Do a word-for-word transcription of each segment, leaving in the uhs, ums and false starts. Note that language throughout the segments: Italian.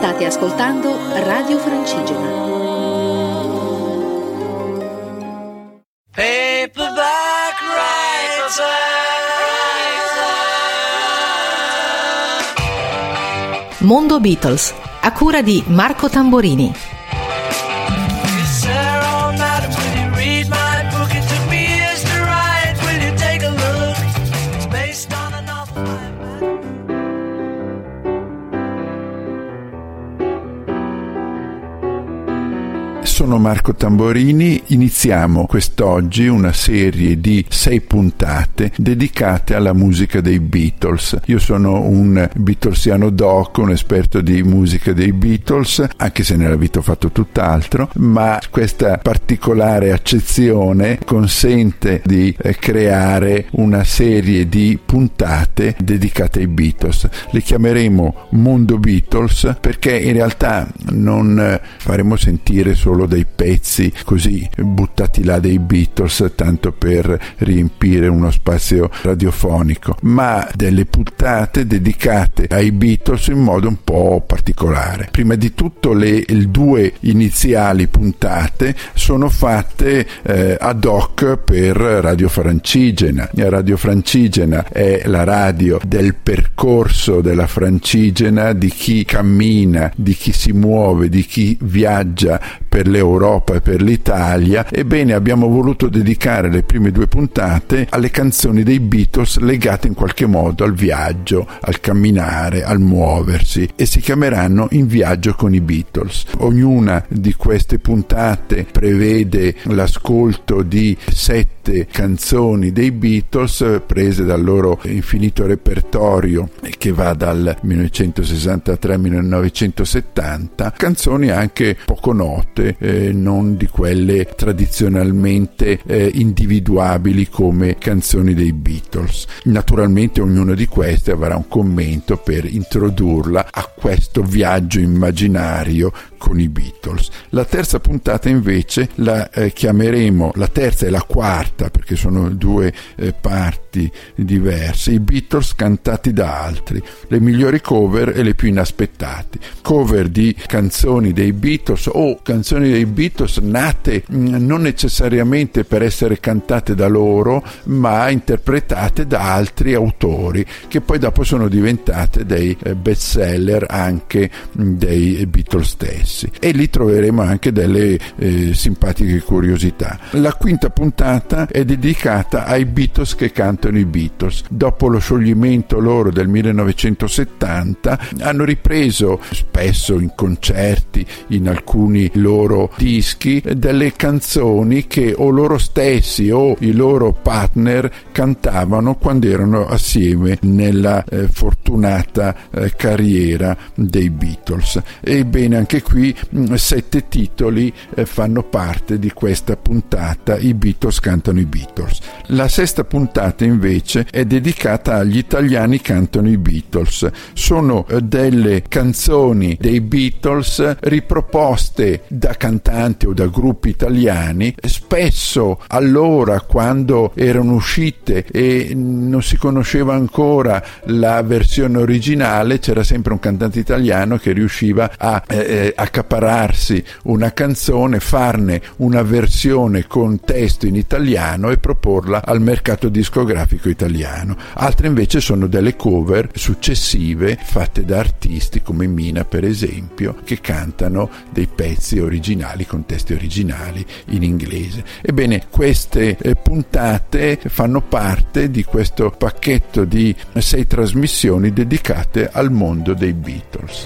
State ascoltando Radio Francigena. Paperback writer. Mondo Beatles, a cura di Marco Tamborini. Sono Marco Tamborini, iniziamo quest'oggi una serie di sei puntate dedicate alla musica dei Beatles. Io sono un beatlesiano doc, un esperto di musica dei Beatles, anche se nella vita ho fatto tutt'altro, ma questa particolare accezione consente di eh, creare una serie di puntate dedicate ai Beatles. Le chiameremo Mondo Beatles perché in realtà non eh, faremo sentire solo dei pezzi così buttati là dei Beatles tanto per riempire uno spazio radiofonico, ma delle puntate dedicate ai Beatles in modo un po' particolare. Prima di tutto le, le due iniziali puntate sono fatte eh, ad hoc per Radio Francigena. Radio Francigena è la radio del percorso della Francigena, di chi cammina, di chi si muove, di chi viaggia per l'Europa e per l'Italia. Ebbene, abbiamo voluto dedicare le prime due puntate alle canzoni dei Beatles legate in qualche modo al viaggio, al camminare, al muoversi, e si chiameranno In viaggio con i Beatles. Ognuna di queste puntate prevede l'ascolto di sette canzoni dei Beatles prese dal loro infinito repertorio che va dal millenovecentosessantatré al millenovecentosettanta, canzoni anche poco note, eh, non di quelle tradizionalmente eh, individuabili come canzoni dei Beatles. Naturalmente ognuna di queste avrà un commento per introdurla a questo viaggio immaginario con i Beatles. La terza puntata invece la eh, chiameremo, la terza e la quarta perché sono due eh, parti diverse, i Beatles cantati da altri, le migliori cover e le più inaspettate, cover di canzoni dei Beatles o canzoni dei Beatles nate mh, non necessariamente per essere cantate da loro ma interpretate da altri autori che poi dopo sono diventate dei eh, best seller anche mh, dei Beatles stessi, e lì troveremo anche delle eh, simpatiche curiosità. La quinta puntata è dedicata ai Beatles che cantano i Beatles. Dopo lo scioglimento loro del millenovecentosettanta hanno ripreso spesso in concerti, in alcuni loro dischi, delle canzoni che o loro stessi o i loro partner cantavano quando erano assieme nella eh, fortunata eh, carriera dei Beatles. Ebbene, anche qui mh, sette titoli eh, fanno parte di questa puntata, i Beatles cantano i Beatles. La sesta puntata invece è dedicata agli italiani cantano i Beatles. Sono eh, delle canzoni dei Beatles riproposte da cantanti o da gruppi italiani, spesso allora quando erano uscite e non si conosceva ancora la versione originale, c'era sempre un cantante italiano che riusciva a eh, accaparrarsi una canzone, farne una versione con testo in italiano e proporla al mercato discografico italiano. Altre invece sono delle cover successive fatte da artisti come Mina per esempio, che cantano dei pezzi originali con testi originali in inglese. Ebbene, queste eh, puntate fanno parte di questo pacchetto di sei trasmissioni dedicate al mondo dei Beatles.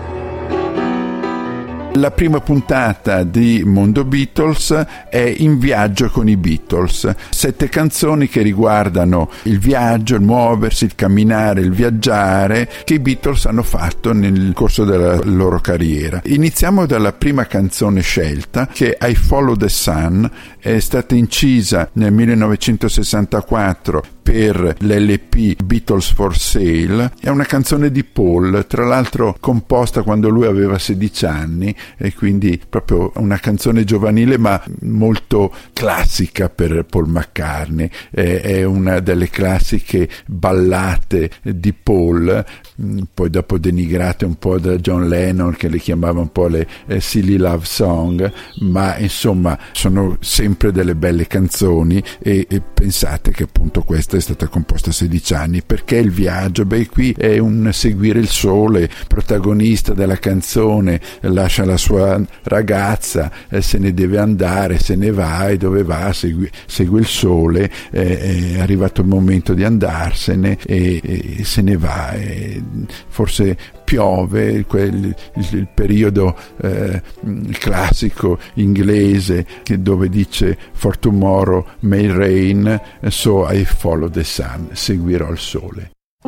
La prima puntata di Mondo Beatles è In viaggio con i Beatles, sette canzoni che riguardano il viaggio, il muoversi, il camminare, il viaggiare che i Beatles hanno fatto nel corso della loro carriera. Iniziamo dalla prima canzone scelta, che è I Follow the Sun, è stata incisa nel millenovecentosessantaquattro per l'L P Beatles for Sale. È una canzone di Paul, tra l'altro composta quando lui aveva sedici anni, e quindi proprio una canzone giovanile ma molto classica per Paul McCartney. È una delle classiche ballate di Paul, poi dopo denigrate un po' da John Lennon, che le chiamava un po' le eh, silly love song, ma insomma sono sempre delle belle canzoni. E, e pensate che appunto questa è stata composta a sedici anni. Perché il viaggio? Beh, qui è un seguire il sole, protagonista della canzone lascia la sua ragazza, eh, se ne deve andare, se ne va, e dove va? Segui, segue il sole, eh, è arrivato il momento di andarsene e, e se ne va. E forse piove, quel, il, il periodo eh, classico inglese che dove dice for tomorrow may rain, so I follow the sun, seguirò il sole.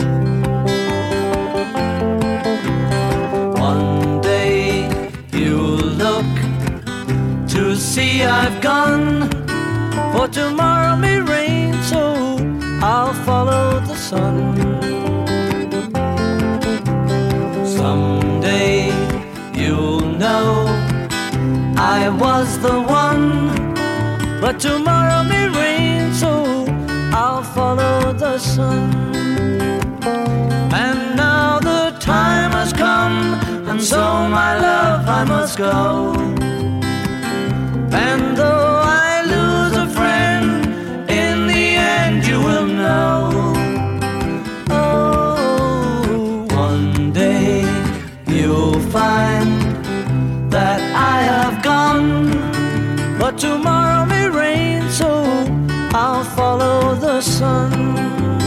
One day you'll look to see I've gone, for tomorrow may rain, so I'll follow the sun. Someday you'll know I was the one, but tomorrow may rain, so I'll follow the sun. And now the time has come, and so my love I must go. And though I lose a friend, in the end you will know. You'll find that I have gone, but tomorrow may rain, so I'll follow the sun.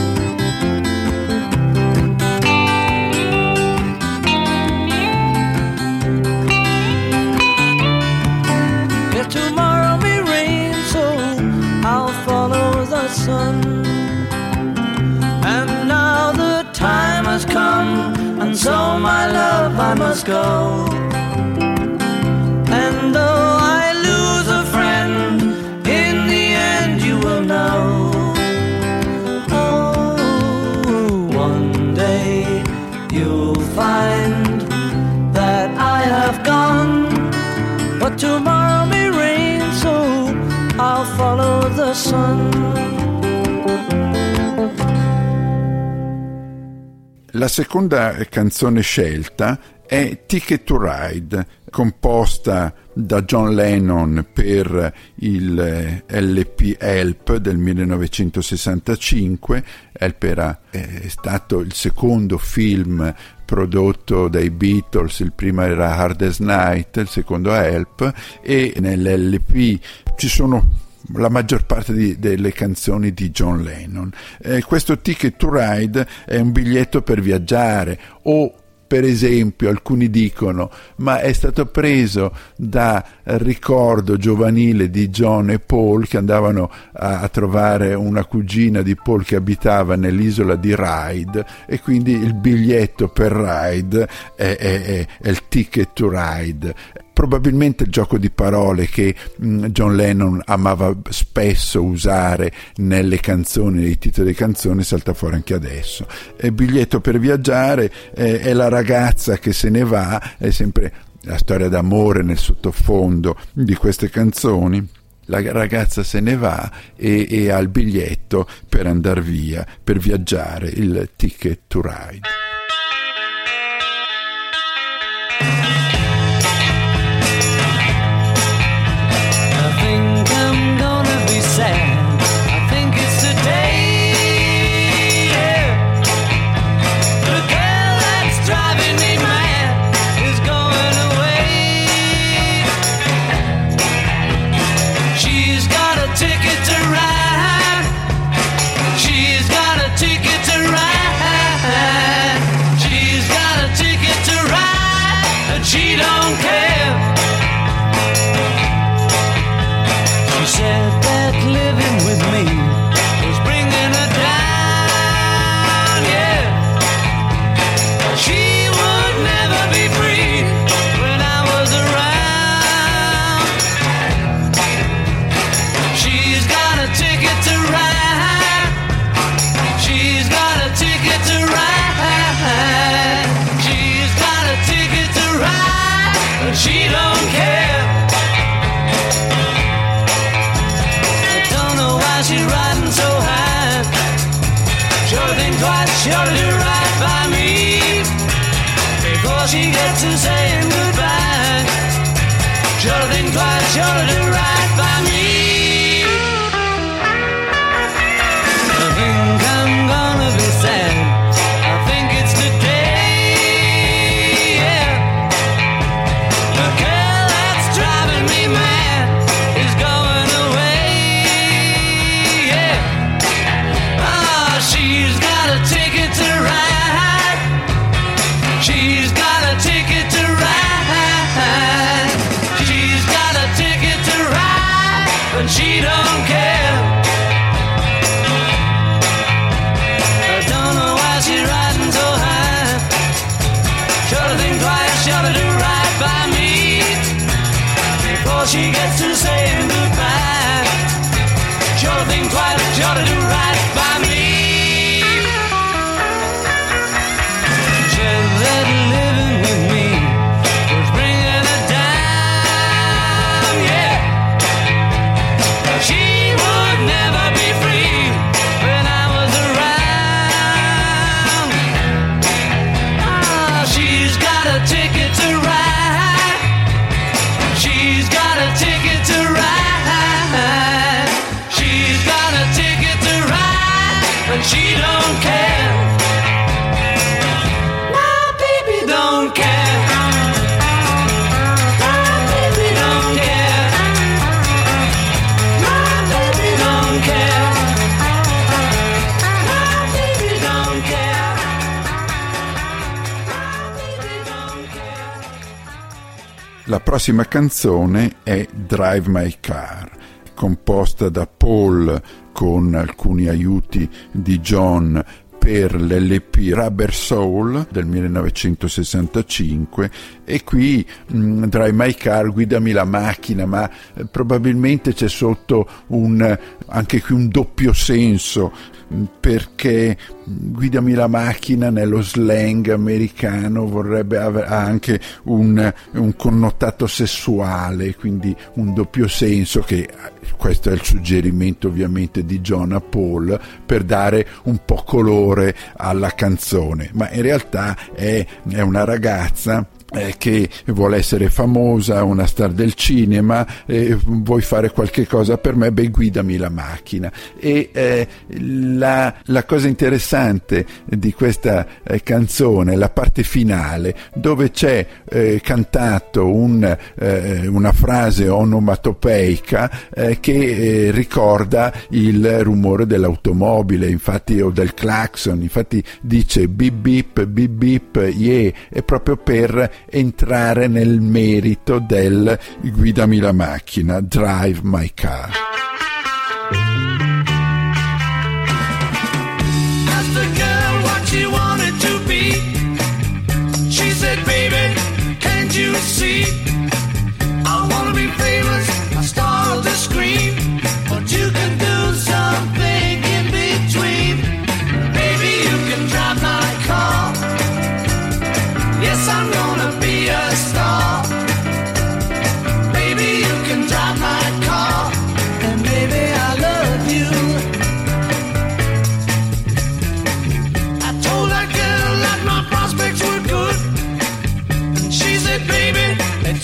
Yeah, tomorrow may rain, so I'll follow the sun. And now the time has come, and so my love I must go. And though I lose a friend, in the end you will know. Oh, one day you'll find that I have gone, but tomorrow may rain, so I'll follow the sun. La seconda canzone scelta è Ticket to Ride, composta da John Lennon per il L P Help del millenovecentosessantacinque. Help era, è stato il secondo film prodotto dai Beatles, il primo era Hard as Night, il secondo Help, e nell'L P ci sono la maggior parte di, delle canzoni di John Lennon. Eh, questo Ticket to Ride è un biglietto per viaggiare, o per esempio alcuni dicono ma è stato preso da ricordo giovanile di John e Paul, che andavano a, a trovare una cugina di Paul che abitava nell'isola di Ride, e quindi il biglietto per Ride è, è, è, è il Ticket to Ride. Probabilmente il gioco di parole che mh, John Lennon amava spesso usare nelle canzoni, nei titoli delle canzoni, salta fuori anche adesso. Il biglietto per viaggiare eh, è la ragazza che se ne va, è sempre la storia d'amore nel sottofondo di queste canzoni. La ragazza se ne va e, e ha il biglietto per andare via, per viaggiare, il Ticket to Ride. Ticket to ride. before she gets to saying goodbye. Sure to think twice, sure to do right by me. I think I'm gonna be sad. I think it's today, yeah. The girl that's driving me mad is going away, yeah. Ah, she's got a ticket to ride. She's got a ticket to ride. She's got a ticket to ride, but she don't care. I don't know why she's riding so high. Sure to think twice, sure to do right by me before she gets to saying goodbye. Sure to think twice, sure to do right by me. Said that living with me was bringing her down, yeah. She would never be free when I was around. Ah, she's got a ticket to ride. She's got a ticket to ride. She's got a ticket to ride, but she don't care. My baby don't care. My baby don't care. My baby don't care. My baby don't care. My baby don't care. La prossima canzone è Drive My Car, composta da Paul con alcuni aiuti di John per l'L P Rubber Soul del millenovecentosessantacinque, e qui mh, Drive My Car, guidami la macchina, ma eh, probabilmente c'è sotto un anche qui un doppio senso, mh, perché guidami la macchina nello slang americano vorrebbe avere anche un, un connotato sessuale, quindi un doppio senso, che questo è il suggerimento ovviamente di John a Paul per dare un po' colore alla canzone, ma in realtà è, è una ragazza Eh, che vuole essere famosa, una star del cinema, eh, vuoi fare qualche cosa per me? Beh, guidami la macchina. E eh, la, la cosa interessante di questa eh, canzone, la parte finale, dove c'è eh, cantato un, eh, una frase onomatopeica eh, che eh, ricorda il rumore dell'automobile, infatti, o del clacson, infatti dice bip bip bip bip yeah, è proprio per entrare nel merito del guidami la macchina, Drive My Car. Asked the girl what she wanted to be. She said, baby, can't you see? I wanna be famous, a star of the screen, but you can do something in between. Baby, you can drive my car. Yes, I'm gonna be a star. Baby, you can drive my car. And baby, I love you. I told that girl that my prospects were good. And she said, baby,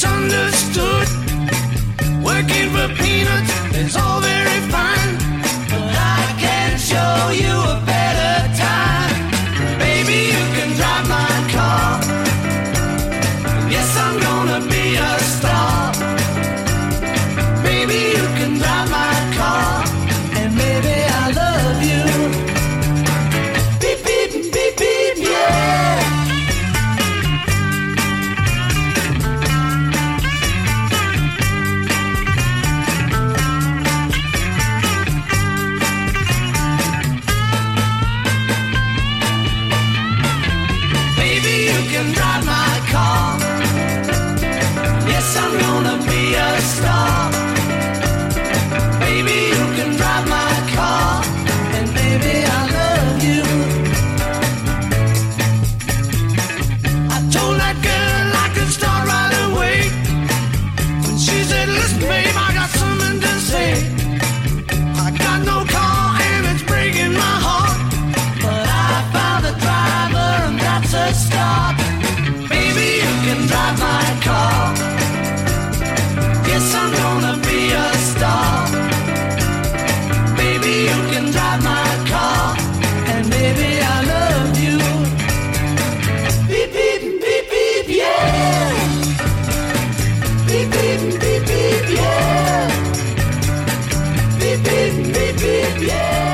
drive my car, and maybe I love you. Beep, beep, beep, beep, yeah. Beep, beep, beep, beep, yeah. Beep, beep, beep, beep, yeah.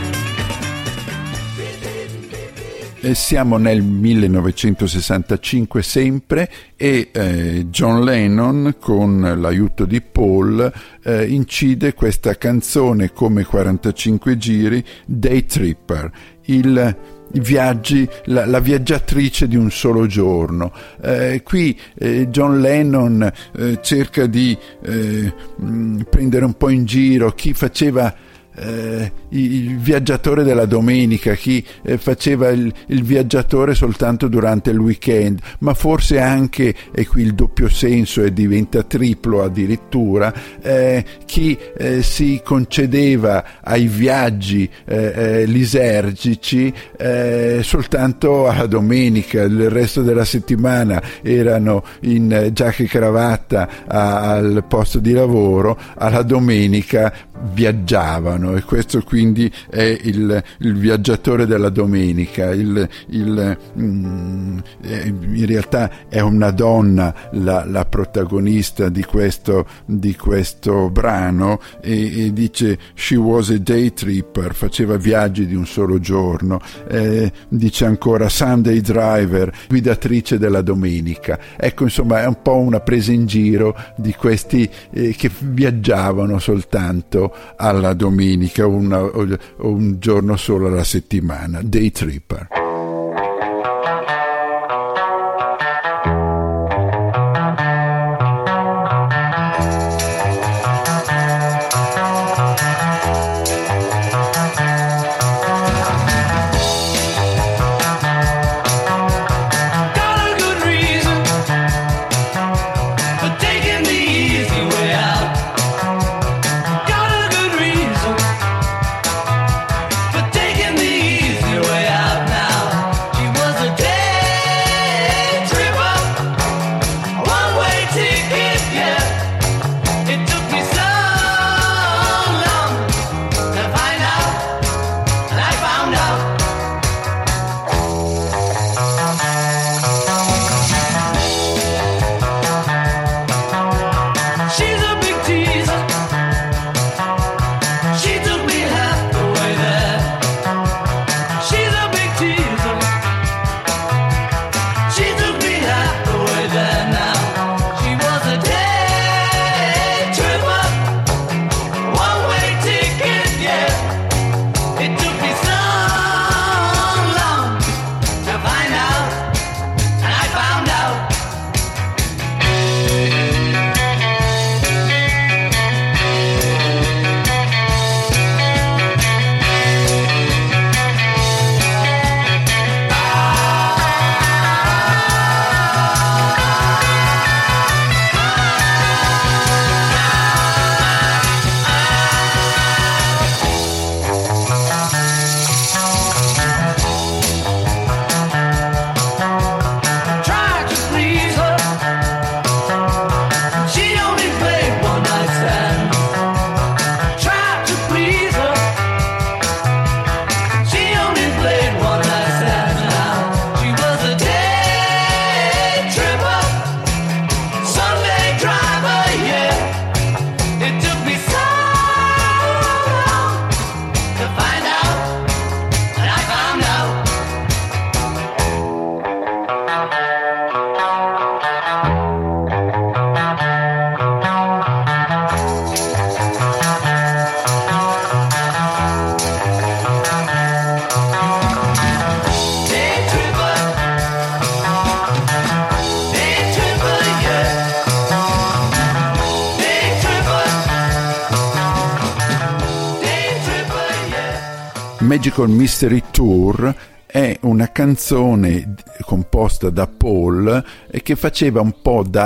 E siamo nel millenovecentosessantacinque sempre e eh, John Lennon, con l'aiuto di Paul, eh, incide questa canzone come quarantacinque giri, Day Tripper, il i viaggi, la, la viaggiatrice di un solo giorno. Eh, qui eh, John Lennon eh, cerca di eh, mh, prendere un po' in giro chi faceva Eh, il viaggiatore della domenica, chi eh, faceva il, il viaggiatore soltanto durante il weekend, ma forse anche, e qui il doppio senso e diventa triplo addirittura, eh, chi eh, si concedeva ai viaggi eh, eh, lisergici eh, soltanto alla domenica, il resto della settimana erano in giacca e cravatta a, al posto di lavoro, alla domenica viaggiavano, e questo quindi è il, il viaggiatore della domenica. Il, il, mm, in realtà è una donna la, la protagonista di questo, di questo brano, e, e dice she was a day tripper, faceva viaggi di un solo giorno, eh, dice ancora Sunday driver, guidatrice della domenica. Ecco, insomma, è un po' una presa in giro di questi eh, che viaggiavano soltanto alla domenica, una, o, o un giorno solo alla settimana, day tripper. Magical Mystery Tour è una canzone composta da Paul e che faceva un po' da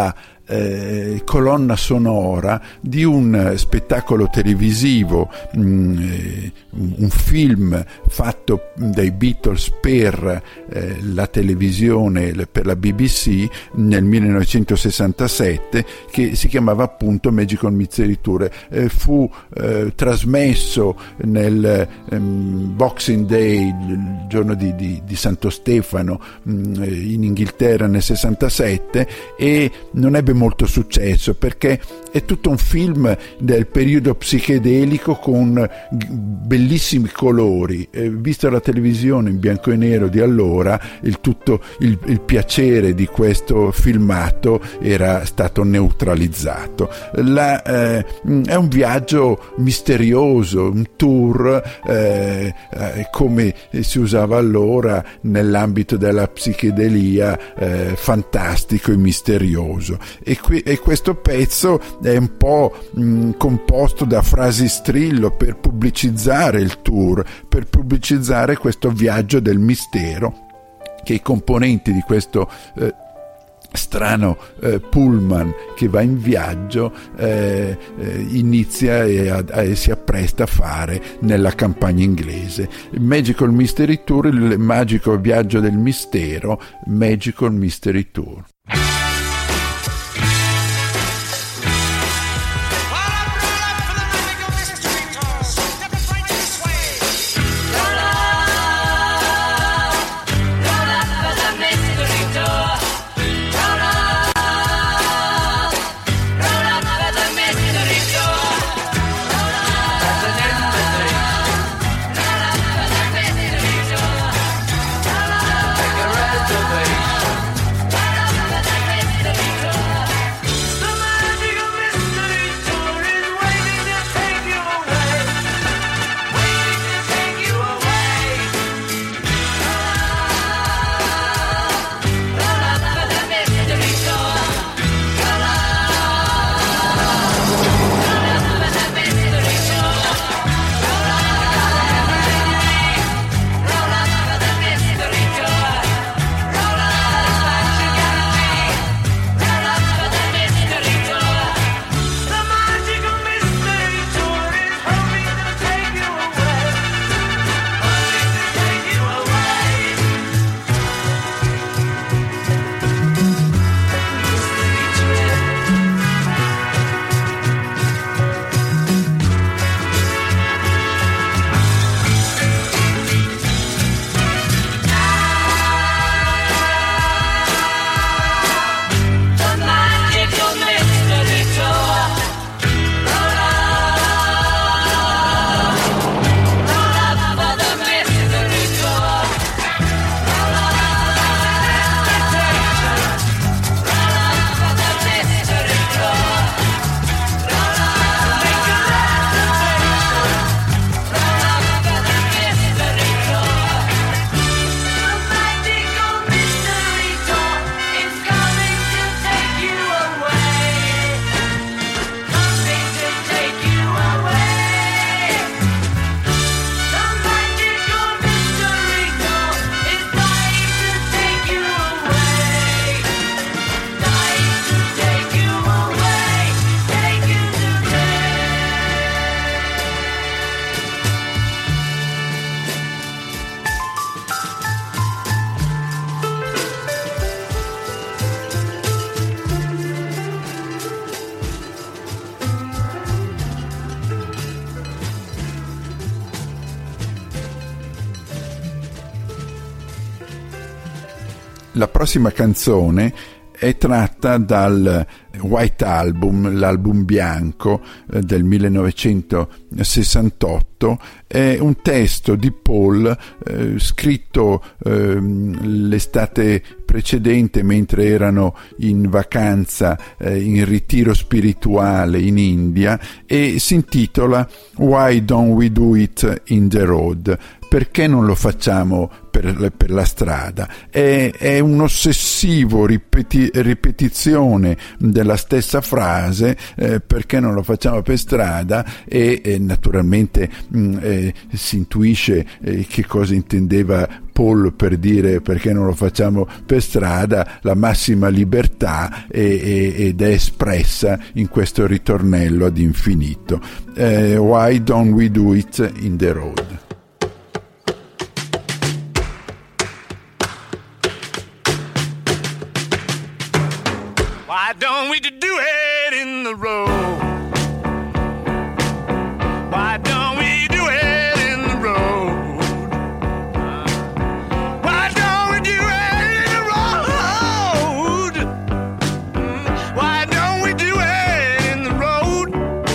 eh, colonna sonora di un spettacolo televisivo, mh, eh, un film fatto dai Beatles per eh, la televisione, per la B B C nel millenovecentosessantasette, che si chiamava appunto Magical Mystery Tour. Eh, fu eh, trasmesso nel ehm, Boxing Day, il giorno di, di, di Santo Stefano, mh, in Inghilterra nel sessantasette, e non ebbe molto successo perché è tutto un film del periodo psichedelico con bellissimi colori. Eh, visto la televisione in bianco e nero di allora, il tutto il, il piacere di questo filmato era stato neutralizzato. La, eh, è un viaggio misterioso, un tour eh, eh, come si usava allora nell'ambito della psichedelia, eh, fantastico e misterioso. E, qui, e questo pezzo è un po' mh, composto da frasi strillo per pubblicizzare il tour, per pubblicizzare questo viaggio del mistero che i componenti di questo eh, strano eh, pullman che va in viaggio eh, eh, inizia e, a, e si appresta a fare nella campagna inglese. Magical Mystery Tour, il magico viaggio del mistero, Magical Mystery Tour. La prossima canzone è tratta dal White Album, l'album bianco eh, del millenovecentosessantotto. È un testo di Paul eh, scritto eh, l'estate precedente mentre erano in vacanza, eh, in ritiro spirituale in India, e si intitola Why Don't We Do It in the Road? perché non lo facciamo per, per la strada? È, è un ossessivo ripeti, ripetizione della stessa frase, eh, perché non lo facciamo per strada, e, e naturalmente mh, eh, si intuisce eh, che cosa intendeva Paul per dire perché non lo facciamo per strada, la massima libertà, e, e, ed è espressa in questo ritornello ad infinito. Eh, why don't we do it in the road? Why don't we do it in the road? Why don't we do it in the road? Why don't we do it in the road? Why don't we do it in the road?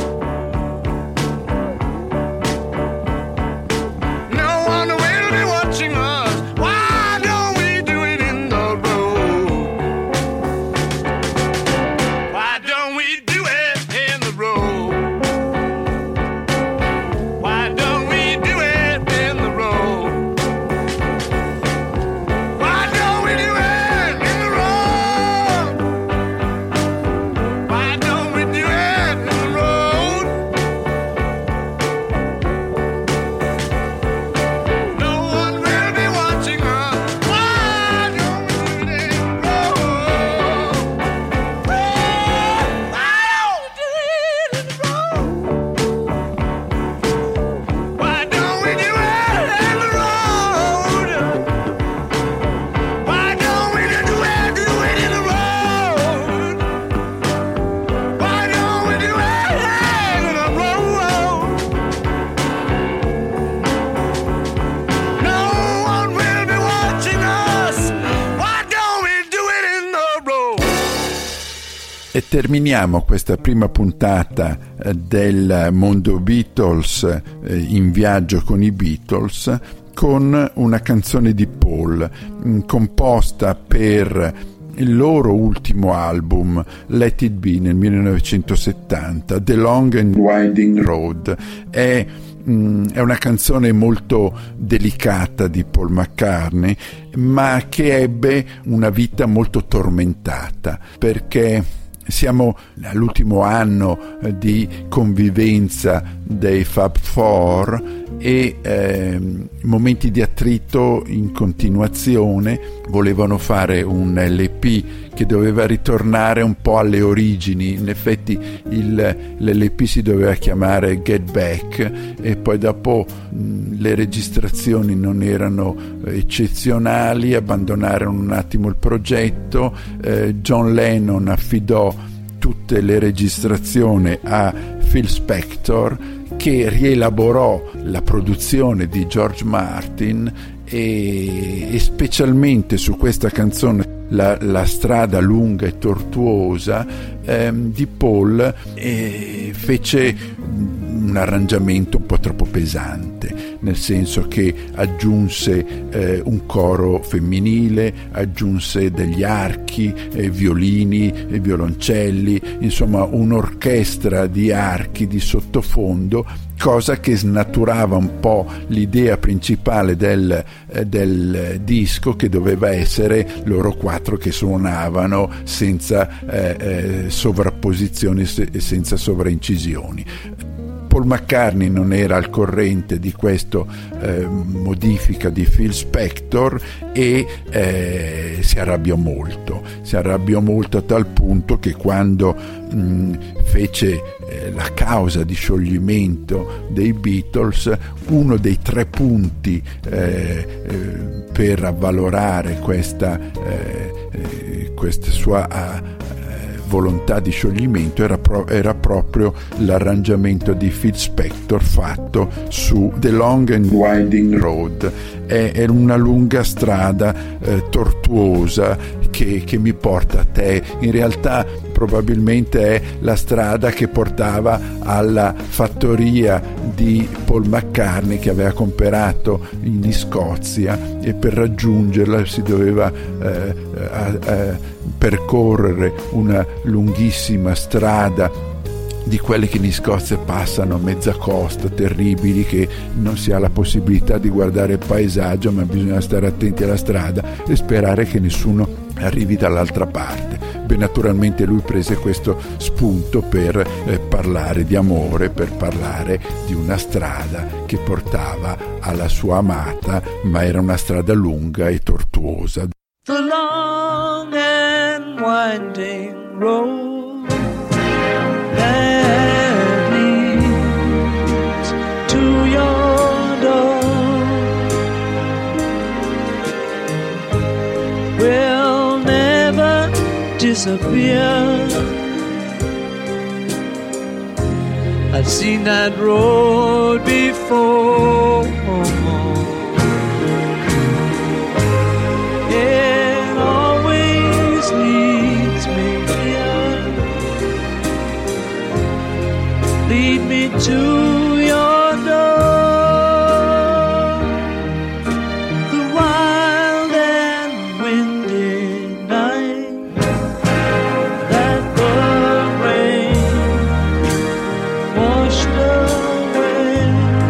No one will be watching us. Why don't we do it in the road? Why don't we do it in the road? Why don't we do it in the road? Why don't we do it in the road? Why don't we do it in the road? No one will be watching us. Why don't we do it in the road? Why don't we do it in the road? Why don't we do it in the road? Why don't we do it, do it in the road? Why don't we do it in the road? No one will be watching us. Why don't we do it in the road? E terminiamo questa prima puntata eh, del Mondo Beatles, eh, in viaggio con i Beatles, con una canzone di Paul, mh, composta per il loro ultimo album, Let It Be, nel millenovecentosettanta, The Long and Winding Road. È, mh, è una canzone molto delicata di Paul McCartney, ma che ebbe una vita molto tormentata, perché siamo all'ultimo anno eh, di convivenza dei Fab Four e eh, momenti di attrito in continuazione. Volevano fare un L P che doveva ritornare un po' alle origini. In effetti il, l'L P si doveva chiamare Get Back, e poi dopo mh, le registrazioni non erano eccezionali, abbandonarono un attimo il progetto. eh, John Lennon affidò tutte le registrazioni a Phil Spector, che rielaborò la produzione di George Martin, e, e specialmente su questa canzone, la, la strada lunga e tortuosa, ehm, di Paul, eh, fece un arrangiamento un po' troppo pesante, nel senso che aggiunse eh, un coro femminile, aggiunse degli archi, eh, violini e violoncelli, insomma un'orchestra di archi di sottofondo, cosa che snaturava un po' l'idea principale del, eh, del disco, che doveva essere loro quattro che suonavano senza eh, eh, sovrapposizioni e senza sovraincisioni. Paul McCartney non era al corrente di questa eh, modifica di Phil Spector e eh, si arrabbiò molto, si arrabbiò molto a tal punto che quando mh, fece eh, la causa di scioglimento dei Beatles, uno dei tre punti eh, eh, per avvalorare questa, eh, eh, questa sua eh, volontà di scioglimento era, pro- era proprio l'arrangiamento di Phil Spector fatto su The Long and Winding Road. È, è una lunga strada eh, tortuosa che, che mi porta a te. In realtà probabilmente è la strada che portava alla fattoria di Paul McCartney che aveva comprato in Scozia, e per raggiungerla si doveva eh, eh, eh, percorrere una lunghissima strada di quelle che in Scozia passano a mezza costa, terribili, che non si ha la possibilità di guardare il paesaggio, ma bisogna stare attenti alla strada e sperare che nessuno arrivi dall'altra parte. Beh, naturalmente lui prese questo spunto per eh, parlare di amore, per parlare di una strada che portava alla sua amata, ma era una strada lunga e tortuosa. The long and winding road that leads to your door will never disappear. I've seen that road before. It always leads me here. Lead me to your door. The wild and windy night that the rain washed away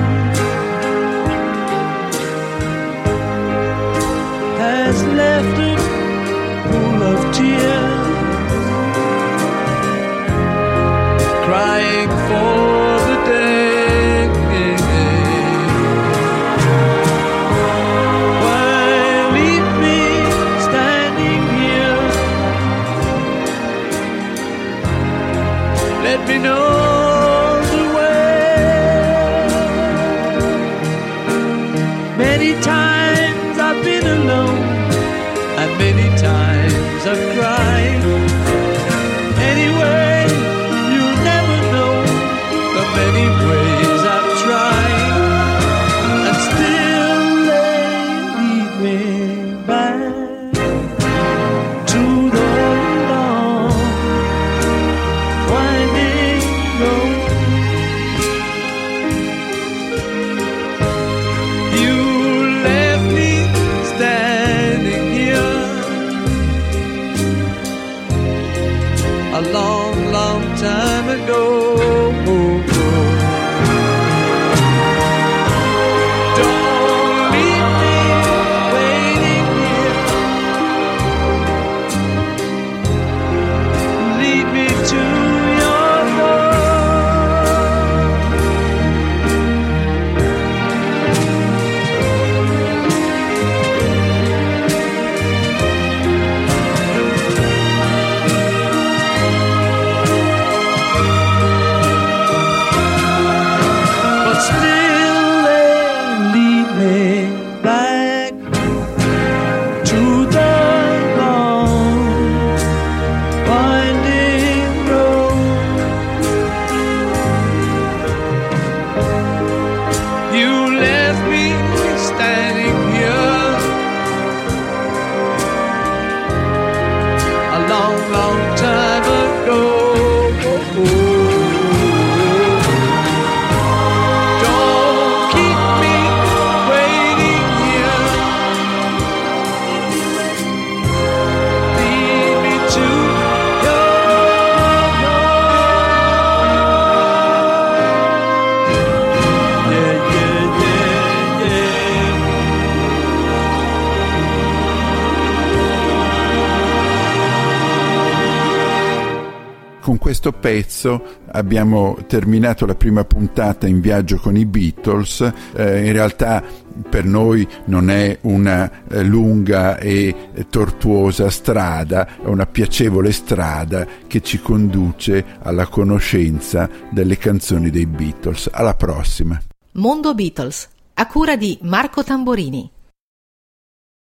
has left a pool of tears, crying for the day why leave me standing here? Let me know the way. Many times I've been alone, and many times I've cried. Anyway, you'll never know the many ways I've tried, and still they lead me back to the long winding road. You left me standing here a long, long time ago. Don't leave me waiting here. Lead me to your door. But still they lead me back to the long winding road. You left me standing here a long, long time ago. Don't keep me waiting here. Lead me to your door. Yeah, yeah, yeah, yeah. Con questo pezzo abbiamo terminato la prima puntata in viaggio con i Beatles. Eh, in realtà per noi non è una eh, lunga e eh, tortuosa strada, è una piacevole strada che ci conduce alla conoscenza delle canzoni dei Beatles. Alla prossima. Mondo Beatles, a cura di Marco Tamborini.